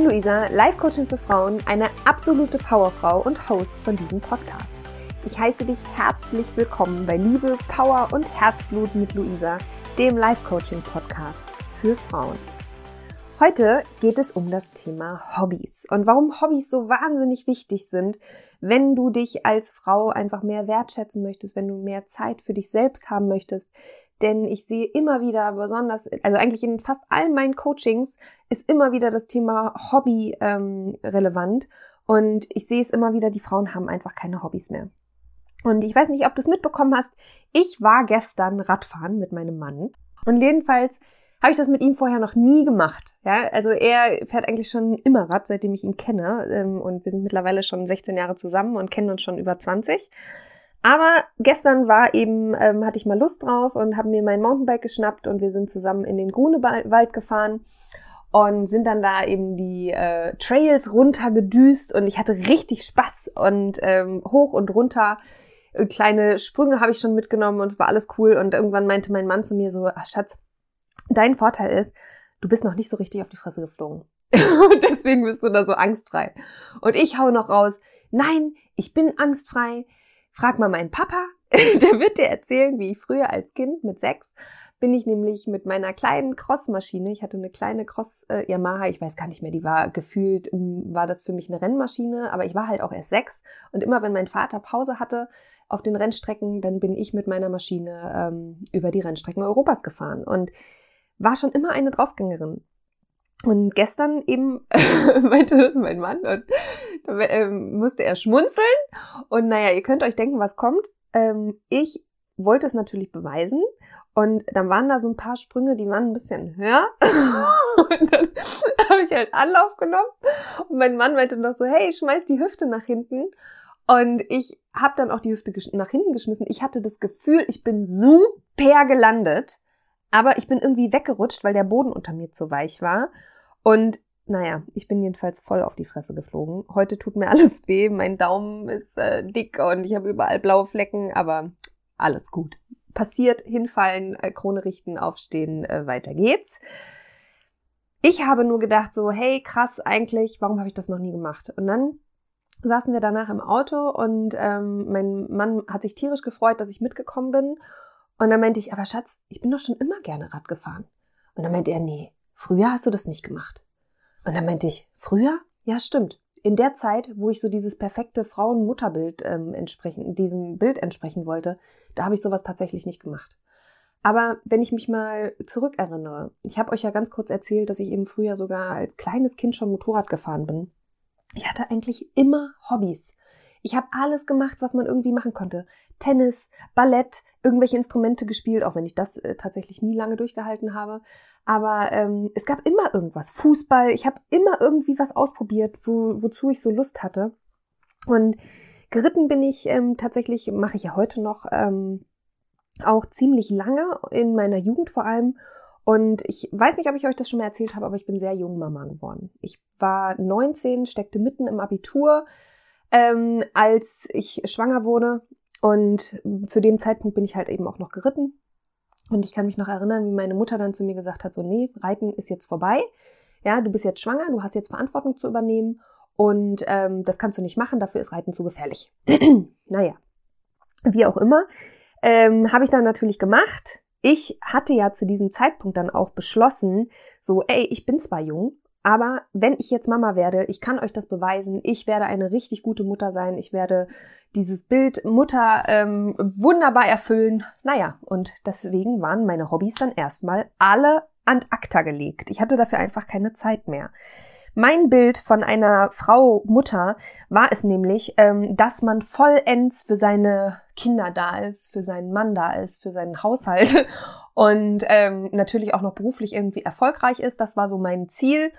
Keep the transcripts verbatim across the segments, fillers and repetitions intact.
bin Luisa, Life-Coachin für Frauen, eine absolute Powerfrau und Host von diesem Podcast. Ich heiße dich herzlich willkommen bei Liebe, Power und Herzblut mit Luisa, dem Life-Coaching-Podcast für Frauen. Heute geht es um das Thema Hobbys und warum Hobbys so wahnsinnig wichtig sind, wenn du dich als Frau einfach mehr wertschätzen möchtest, wenn du mehr Zeit für dich selbst haben möchtest. Denn ich sehe immer wieder, besonders, also eigentlich in fast allen meinen Coachings ist immer wieder das Thema Hobby ähm, relevant und ich sehe es immer wieder, die Frauen haben einfach keine Hobbys mehr. Und ich weiß nicht, ob du es mitbekommen hast, ich war gestern Radfahren mit meinem Mann und jedenfalls habe ich das mit ihm vorher noch nie gemacht. Ja, also er fährt eigentlich schon immer Rad, seitdem ich ihn kenne. Ähm, und wir sind mittlerweile schon sechzehn Jahre zusammen und kennen uns schon über zwanzig. Aber gestern war eben, ähm, hatte ich mal Lust drauf und habe mir mein Mountainbike geschnappt und wir sind zusammen in den Grunewald gefahren und sind dann da eben die äh, Trails runtergedüst und ich hatte richtig Spaß und ähm, hoch und runter. Kleine Sprünge habe ich schon mitgenommen und es war alles cool. Und irgendwann meinte mein Mann zu mir so, ach Schatz, dein Vorteil ist, du bist noch nicht so richtig auf die Fresse geflogen. Und deswegen bist du da so angstfrei. Und ich hau noch raus, nein, ich bin angstfrei. Frag mal meinen Papa, der wird dir erzählen, wie ich früher als Kind mit sechs bin ich nämlich mit meiner kleinen Crossmaschine, ich hatte eine kleine Cross äh, Yamaha, ich weiß gar nicht mehr, die war gefühlt, war das für mich eine Rennmaschine, aber ich war halt auch erst sechs und immer wenn mein Vater Pause hatte auf den Rennstrecken, dann bin ich mit meiner Maschine ähm, über die Rennstrecken Europas gefahren und war schon immer eine Draufgängerin. Und gestern eben meinte das mein Mann und da ähm, musste er schmunzeln. Und naja, ihr könnt euch denken, was kommt. Ähm, ich wollte es natürlich beweisen. Und dann waren da so ein paar Sprünge, die waren ein bisschen höher. Und dann habe ich halt Anlauf genommen. Und mein Mann meinte noch so, hey, schmeiß die Hüfte nach hinten. Und ich habe dann auch die Hüfte gesch- nach hinten geschmissen. Ich hatte das Gefühl, ich bin super gelandet. Aber ich bin irgendwie weggerutscht, weil der Boden unter mir zu weich war. Und naja, ich bin jedenfalls voll auf die Fresse geflogen. Heute tut mir alles weh, mein Daumen ist äh, dick und ich habe überall blaue Flecken, aber alles gut. Passiert, hinfallen, äh, Krone richten, aufstehen, äh, weiter geht's. Ich habe nur gedacht so, hey krass eigentlich, warum habe ich das noch nie gemacht? Und dann saßen wir danach im Auto und ähm, mein Mann hat sich tierisch gefreut, dass ich mitgekommen bin. Und dann meinte ich, aber Schatz, ich bin doch schon immer gerne Rad gefahren. Und dann meinte er, nee, früher hast du das nicht gemacht. Und dann meinte ich, früher? Ja, stimmt. In der Zeit, wo ich so dieses perfekte Frauen-Mutterbild ähm, entsprechen, diesem Bild entsprechen wollte, da habe ich sowas tatsächlich nicht gemacht. Aber wenn ich mich mal zurückerinnere, ich habe euch ja ganz kurz erzählt, dass ich eben früher sogar als kleines Kind schon Motorrad gefahren bin. Ich hatte eigentlich immer Hobbys. Ich habe alles gemacht, was man irgendwie machen konnte. Tennis, Ballett, irgendwelche Instrumente gespielt, auch wenn ich das äh, tatsächlich nie lange durchgehalten habe. Aber ähm, es gab immer irgendwas. Fußball, ich habe immer irgendwie was ausprobiert, wo, wozu ich so Lust hatte. Und geritten bin ich ähm, tatsächlich, mache ich ja heute noch, ähm, auch ziemlich lange, in meiner Jugend vor allem. Und ich weiß nicht, ob ich euch das schon mal erzählt habe, aber ich bin sehr jung Mama geworden. Ich war neunzehn, steckte mitten im Abitur, ähm, als ich schwanger wurde. Und zu dem Zeitpunkt bin ich halt eben auch noch geritten. Und ich kann mich noch erinnern, wie meine Mutter dann zu mir gesagt hat, so nee, Reiten ist jetzt vorbei. Ja, du bist jetzt schwanger, du hast jetzt Verantwortung zu übernehmen. Und ähm, das kannst du nicht machen, dafür ist Reiten zu gefährlich. Naja, wie auch immer, ähm, habe ich dann natürlich gemacht. Ich hatte ja zu diesem Zeitpunkt dann auch beschlossen, so ey, ich bin zwar jung, aber wenn ich jetzt Mama werde, ich kann euch das beweisen, ich werde eine richtig gute Mutter sein, ich werde dieses Bild Mutter ähm, wunderbar erfüllen. Naja, und deswegen waren meine Hobbys dann erstmal alle ad acta gelegt. Ich hatte dafür einfach keine Zeit mehr. Mein Bild von einer Frau, Mutter, war es nämlich, ähm, dass man vollends für seine Kinder da ist, für seinen Mann da ist, für seinen Haushalt und ähm, natürlich auch noch beruflich irgendwie erfolgreich ist. Das war so mein Ziel.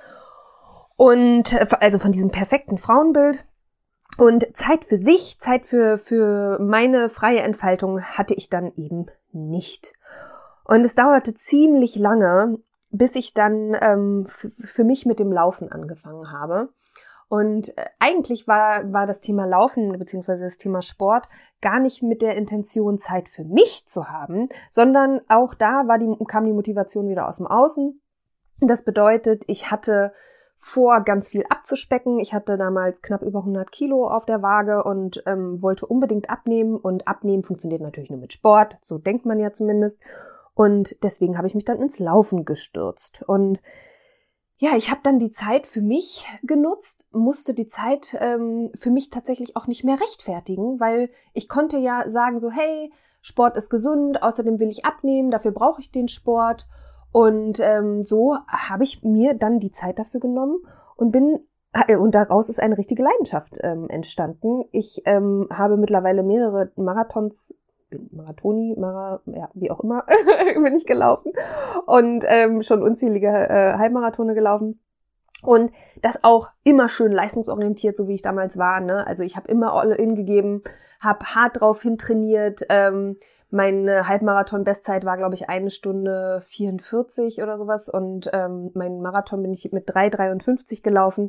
Und äh, also von diesem perfekten Frauenbild. Und Zeit für sich, Zeit für, für meine freie Entfaltung hatte ich dann eben nicht. Und es dauerte ziemlich lange, bis ich dann ähm, f- für mich mit dem Laufen angefangen habe. Und äh, eigentlich war, war das Thema Laufen beziehungsweise das Thema Sport gar nicht mit der Intention, Zeit für mich zu haben, sondern auch da war die, kam die Motivation wieder aus dem Außen. Das bedeutet, ich hatte vor, ganz viel abzuspecken. Ich hatte damals knapp über hundert Kilo auf der Waage und ähm, wollte unbedingt abnehmen. Und abnehmen funktioniert natürlich nur mit Sport, so denkt man ja zumindest. Und deswegen habe ich mich dann ins Laufen gestürzt. Und ja, ich habe dann die Zeit für mich genutzt, musste die Zeit ähm, für mich tatsächlich auch nicht mehr rechtfertigen, weil ich konnte ja sagen so, hey, Sport ist gesund, außerdem will ich abnehmen, dafür brauche ich den Sport. Und ähm, so habe ich mir dann die Zeit dafür genommen und bin äh, und daraus ist eine richtige Leidenschaft ähm, entstanden. Ich ähm, habe mittlerweile mehrere Marathons, bin Marathoni, Mara, ja, wie auch immer, bin ich gelaufen und ähm, schon unzählige äh, Halbmarathone gelaufen. Und das auch immer schön leistungsorientiert, so wie ich damals war. Ne? Also ich habe immer All-in gegeben, habe hart drauf hin trainiert. Ähm, meine Halbmarathon-Bestzeit war, glaube ich, eine Stunde vierundvierzig oder sowas. Und ähm, meinen Marathon bin ich mit drei dreiundfünfzig gelaufen.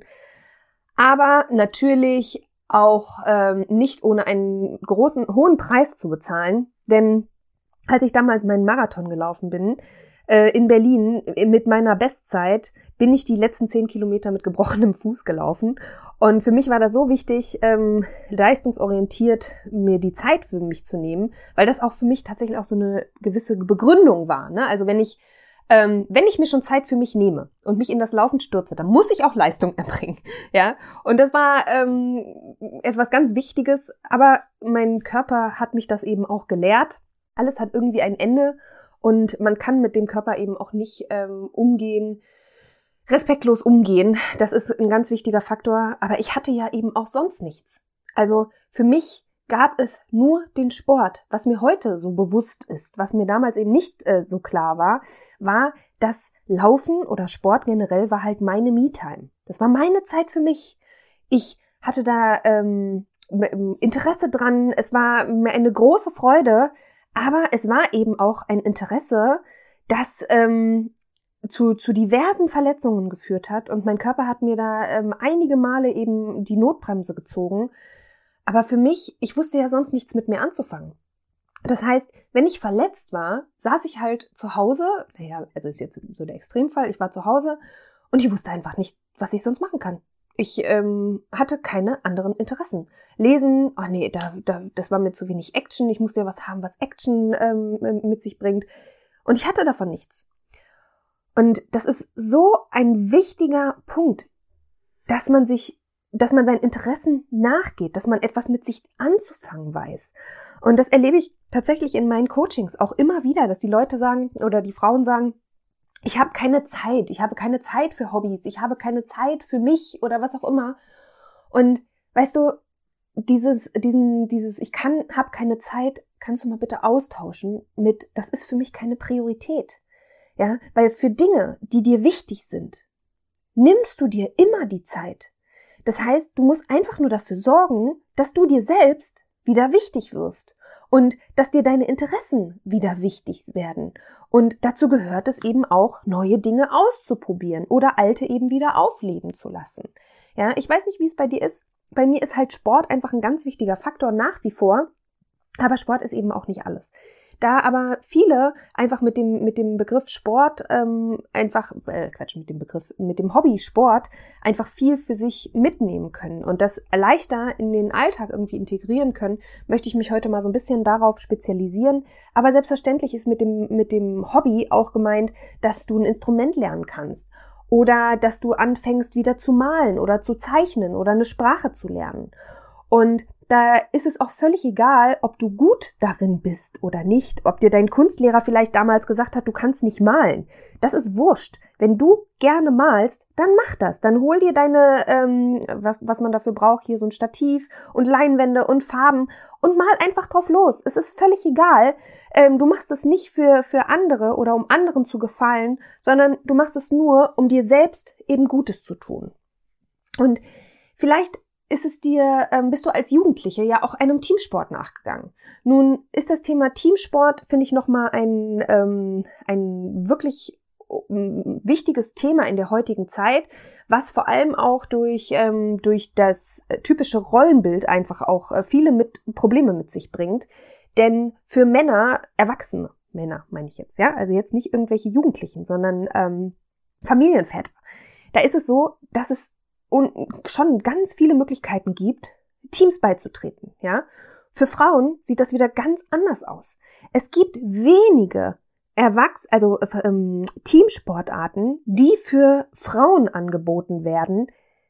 Aber natürlich auch ähm, nicht ohne einen großen, hohen Preis zu bezahlen. Denn als ich damals meinen Marathon gelaufen bin, äh, in Berlin mit meiner Bestzeit, bin ich die letzten zehn Kilometer mit gebrochenem Fuß gelaufen. Und für mich war das so wichtig, ähm, leistungsorientiert mir die Zeit für mich zu nehmen, weil das auch für mich tatsächlich auch so eine gewisse Begründung war. Ne? Also wenn ich Ähm, wenn ich mir schon Zeit für mich nehme und mich in das Laufen stürze, dann muss ich auch Leistung erbringen, ja. Und das war ähm, etwas ganz Wichtiges, aber mein Körper hat mich das eben auch gelehrt. Alles hat irgendwie ein Ende und man kann mit dem Körper eben auch nicht ähm, umgehen, respektlos umgehen. Das ist ein ganz wichtiger Faktor, aber ich hatte ja eben auch sonst nichts. Also für mich gab es nur den Sport. Was mir heute so bewusst ist, was mir damals eben nicht äh, so klar war, war, dass Laufen oder Sport generell war halt meine Me-Time. Das war meine Zeit für mich. Ich hatte da ähm, Interesse dran, es war mir eine große Freude, aber es war eben auch ein Interesse, das ähm, zu, zu diversen Verletzungen geführt hat und mein Körper hat mir da ähm, einige Male eben die Notbremse gezogen. Aber für mich, ich wusste ja sonst nichts mit mir anzufangen. Das heißt, wenn ich verletzt war, saß ich halt zu Hause, naja, also ist jetzt so der Extremfall, ich war zu Hause und ich wusste einfach nicht, was ich sonst machen kann. Ich ähm, hatte keine anderen Interessen. Lesen, oh nee, da, da, das war mir zu wenig Action, ich musste ja was haben, was Action ähm, mit sich bringt. Und ich hatte davon nichts. Und das ist so ein wichtiger Punkt, dass man sich dass man seinen Interessen nachgeht, dass man etwas mit sich anzufangen weiß. Und das erlebe ich tatsächlich in meinen Coachings auch immer wieder, dass die Leute sagen oder die Frauen sagen, ich habe keine Zeit, ich habe keine Zeit für Hobbys, ich habe keine Zeit für mich oder was auch immer. Und weißt du, dieses, diesen, dieses, ich kann, habe keine Zeit, kannst du mal bitte austauschen mit, das ist für mich keine Priorität. Ja, weil für Dinge, die dir wichtig sind, nimmst du dir immer die Zeit. Das heißt, du musst einfach nur dafür sorgen, dass du dir selbst wieder wichtig wirst und dass dir deine Interessen wieder wichtig werden. Und dazu gehört es eben auch, neue Dinge auszuprobieren oder alte eben wieder aufleben zu lassen. Ja, ich weiß nicht, wie es bei dir ist. Bei mir ist halt Sport einfach ein ganz wichtiger Faktor nach wie vor. Aber Sport ist eben auch nicht alles. Da aber viele einfach mit dem mit dem Begriff Sport ähm, einfach äh, Quatsch mit dem Begriff mit dem Hobby Sport einfach viel für sich mitnehmen können und das leichter in den Alltag irgendwie integrieren können, möchte ich mich heute mal so ein bisschen darauf spezialisieren. Aber selbstverständlich ist mit dem mit dem Hobby auch gemeint, dass du ein Instrument lernen kannst oder dass du anfängst wieder zu malen oder zu zeichnen oder eine Sprache zu lernen. Und da ist es auch völlig egal, ob du gut darin bist oder nicht, ob dir dein Kunstlehrer vielleicht damals gesagt hat, du kannst nicht malen. Das ist wurscht. Wenn du gerne malst, dann mach das. Dann hol dir deine, ähm, was, was man dafür braucht, hier so ein Stativ und Leinwände und Farben und mal einfach drauf los. Es ist völlig egal. Ähm, du machst es nicht für, für andere oder um anderen zu gefallen, sondern du machst es nur, um dir selbst eben Gutes zu tun. Und vielleicht ist es dir, ähm, bist du als Jugendliche ja auch einem Teamsport nachgegangen. Nun ist das Thema Teamsport, finde ich, nochmal ein, ähm, ein wirklich ähm, wichtiges Thema in der heutigen Zeit, was vor allem auch durch, ähm, durch das typische Rollenbild einfach auch äh, viele mit, Probleme mit sich bringt. Denn für Männer, erwachsene Männer meine ich jetzt, ja, also jetzt nicht irgendwelche Jugendlichen, sondern ähm, Familienväter. da ist es so, dass es schon ganz viele Möglichkeiten gibt, Teams beizutreten, ja. Für Frauen sieht das wieder ganz anders aus. Es gibt wenige Erwachs-, also ähm, Teamsportarten, die für Frauen angeboten werden,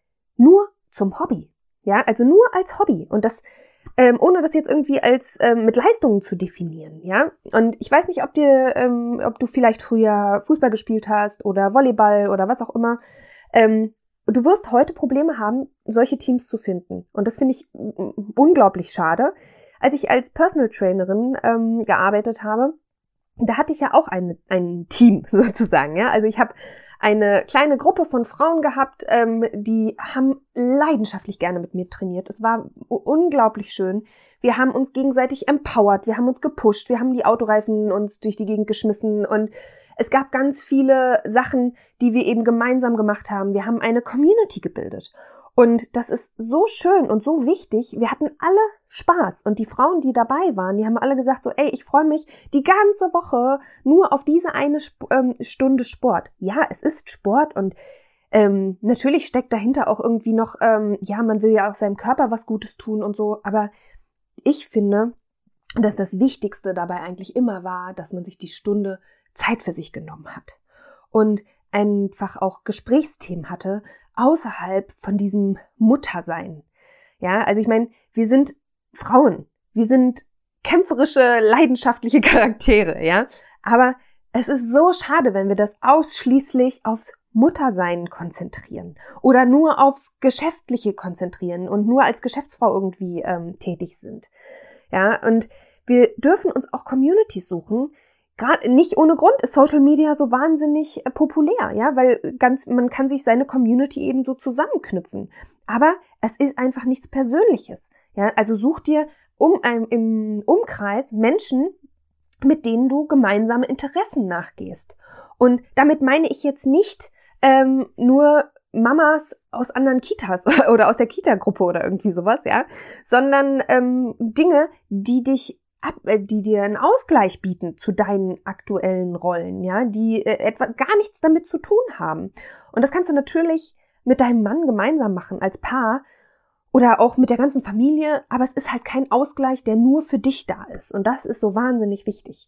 nur zum Hobby, ja, also nur als Hobby und das ähm, ohne das jetzt irgendwie als ähm, mit Leistungen zu definieren, ja. Und ich weiß nicht, ob dir, ähm, ob du vielleicht früher Fußball gespielt hast oder Volleyball oder was auch immer. Ähm, du wirst heute Probleme haben, solche Teams zu finden. Und das finde ich unglaublich schade. Als ich als Personal Trainerin ähm, gearbeitet habe, da hatte ich ja auch ein, ein Team sozusagen, ja. Also ich habe eine kleine Gruppe von Frauen gehabt, ähm, die haben leidenschaftlich gerne mit mir trainiert. Es war unglaublich schön. Wir haben uns gegenseitig empowert, wir haben uns gepusht, wir haben die Autoreifen uns durch die Gegend geschmissen und es gab ganz viele Sachen, die wir eben gemeinsam gemacht haben. Wir haben eine Community gebildet. Und das ist so schön und so wichtig. Wir hatten alle Spaß. Und die Frauen, die dabei waren, die haben alle gesagt so, ey, ich freue mich die ganze Woche nur auf diese eine Sp- ähm, Stunde Sport. Ja, es ist Sport und ähm, natürlich steckt dahinter auch irgendwie noch, ähm, ja, man will ja auch seinem Körper was Gutes tun und so. Aber ich finde, dass das Wichtigste dabei eigentlich immer war, dass man sich die Stunde Zeit für sich genommen hat. Und einfach auch Gesprächsthemen hatte, außerhalb von diesem Muttersein. Ja, also ich meine, wir sind Frauen, wir sind kämpferische, leidenschaftliche Charaktere, ja, aber es ist so schade, wenn wir das ausschließlich aufs Muttersein konzentrieren oder nur aufs Geschäftliche konzentrieren und nur als Geschäftsfrau irgendwie ähm, tätig sind. Ja, und wir dürfen uns auch Communities suchen. Gerade nicht ohne Grund ist Social Media so wahnsinnig äh, populär, ja, weil ganz man kann sich seine Community eben so zusammenknüpfen. Aber es ist einfach nichts Persönliches, ja. Also such dir um ein, im Umkreis Menschen, mit denen du gemeinsame Interessen nachgehst. Und damit meine ich jetzt nicht ähm, nur Mamas aus anderen Kitas oder aus der Kita-Gruppe oder irgendwie sowas, ja, sondern ähm, Dinge, die dich ab, äh, die dir einen Ausgleich bieten zu deinen aktuellen Rollen, ja, die äh, etwa gar nichts damit zu tun haben. Und das kannst du natürlich mit deinem Mann gemeinsam machen als Paar oder auch mit der ganzen Familie, aber es ist halt kein Ausgleich, der nur für dich da ist. Und das ist so wahnsinnig wichtig.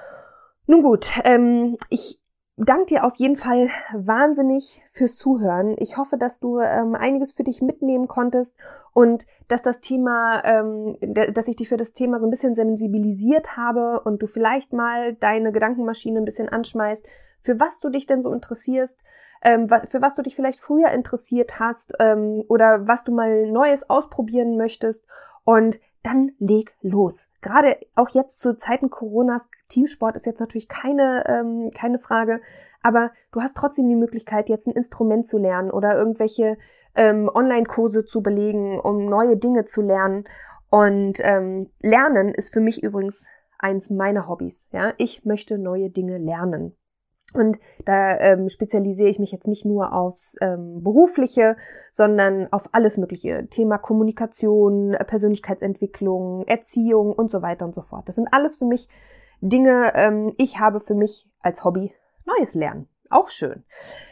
Nun gut, ähm, ich danke dir auf jeden Fall wahnsinnig fürs Zuhören. Ich hoffe, dass du ähm, einiges für dich mitnehmen konntest und dass das Thema, ähm, d- dass ich dich für das Thema so ein bisschen sensibilisiert habe und du vielleicht mal deine Gedankenmaschine ein bisschen anschmeißt, für was du dich denn so interessierst, ähm, für was du dich vielleicht früher interessiert hast ähm, oder was du mal Neues ausprobieren möchtest und dann leg los. Gerade auch jetzt zu Zeiten Coronas, Teamsport ist jetzt natürlich keine ähm, keine Frage, aber du hast trotzdem die Möglichkeit, jetzt ein Instrument zu lernen oder irgendwelche ähm, Online-Kurse zu belegen, um neue Dinge zu lernen. Und ähm, Lernen ist für mich übrigens eins meiner Hobbys. Ja, ich möchte neue Dinge lernen. Und da ähm, spezialisiere ich mich jetzt nicht nur aufs ähm, Berufliche, sondern auf alles Mögliche. Thema Kommunikation, Persönlichkeitsentwicklung, Erziehung und so weiter und so fort. Das sind alles für mich Dinge, ähm, ich habe für mich als Hobby Neues lernen. Auch schön.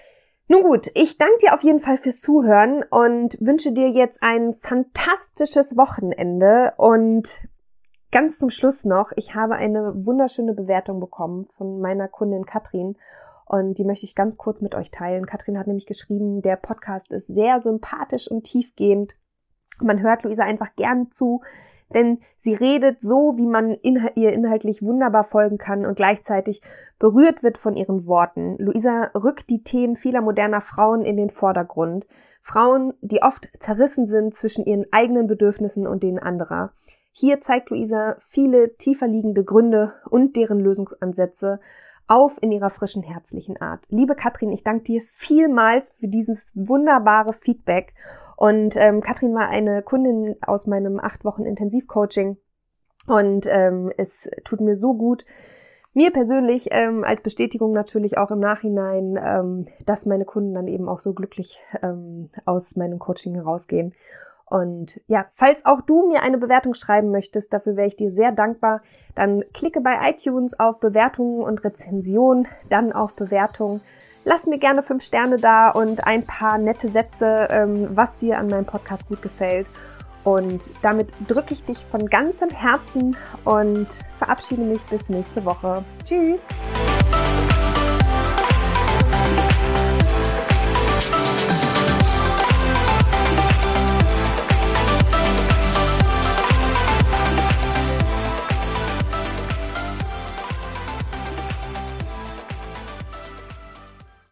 Nun gut, ich danke dir auf jeden Fall fürs Zuhören und wünsche dir jetzt ein fantastisches Wochenende und ganz zum Schluss noch, ich habe eine wunderschöne Bewertung bekommen von meiner Kundin Katrin und die möchte ich ganz kurz mit euch teilen. Katrin hat nämlich geschrieben, der Podcast ist sehr sympathisch und tiefgehend. Man hört Luisa einfach gern zu, denn sie redet so, wie man inhal- ihr inhaltlich wunderbar folgen kann und gleichzeitig berührt wird von ihren Worten. Luisa rückt die Themen vieler moderner Frauen in den Vordergrund. Frauen, die oft zerrissen sind zwischen ihren eigenen Bedürfnissen und denen anderer. Hier zeigt Luisa viele tiefer liegende Gründe und deren Lösungsansätze auf in ihrer frischen, herzlichen Art. Liebe Katrin, ich danke dir vielmals für dieses wunderbare Feedback. Und ähm, Katrin war eine Kundin aus meinem acht Wochen Intensivcoaching und ähm, es tut mir so gut, mir persönlich ähm, als Bestätigung natürlich auch im Nachhinein, ähm, dass meine Kunden dann eben auch so glücklich ähm, aus meinem Coaching herausgehen. Und ja, falls auch du mir eine Bewertung schreiben möchtest, dafür wäre ich dir sehr dankbar, dann klicke bei iTunes auf Bewertungen und Rezension, dann auf Bewertung. Lass mir gerne fünf Sterne da und ein paar nette Sätze, ähm, was dir an meinem Podcast gut gefällt. Und damit drücke ich dich von ganzem Herzen und verabschiede mich bis nächste Woche. Tschüss!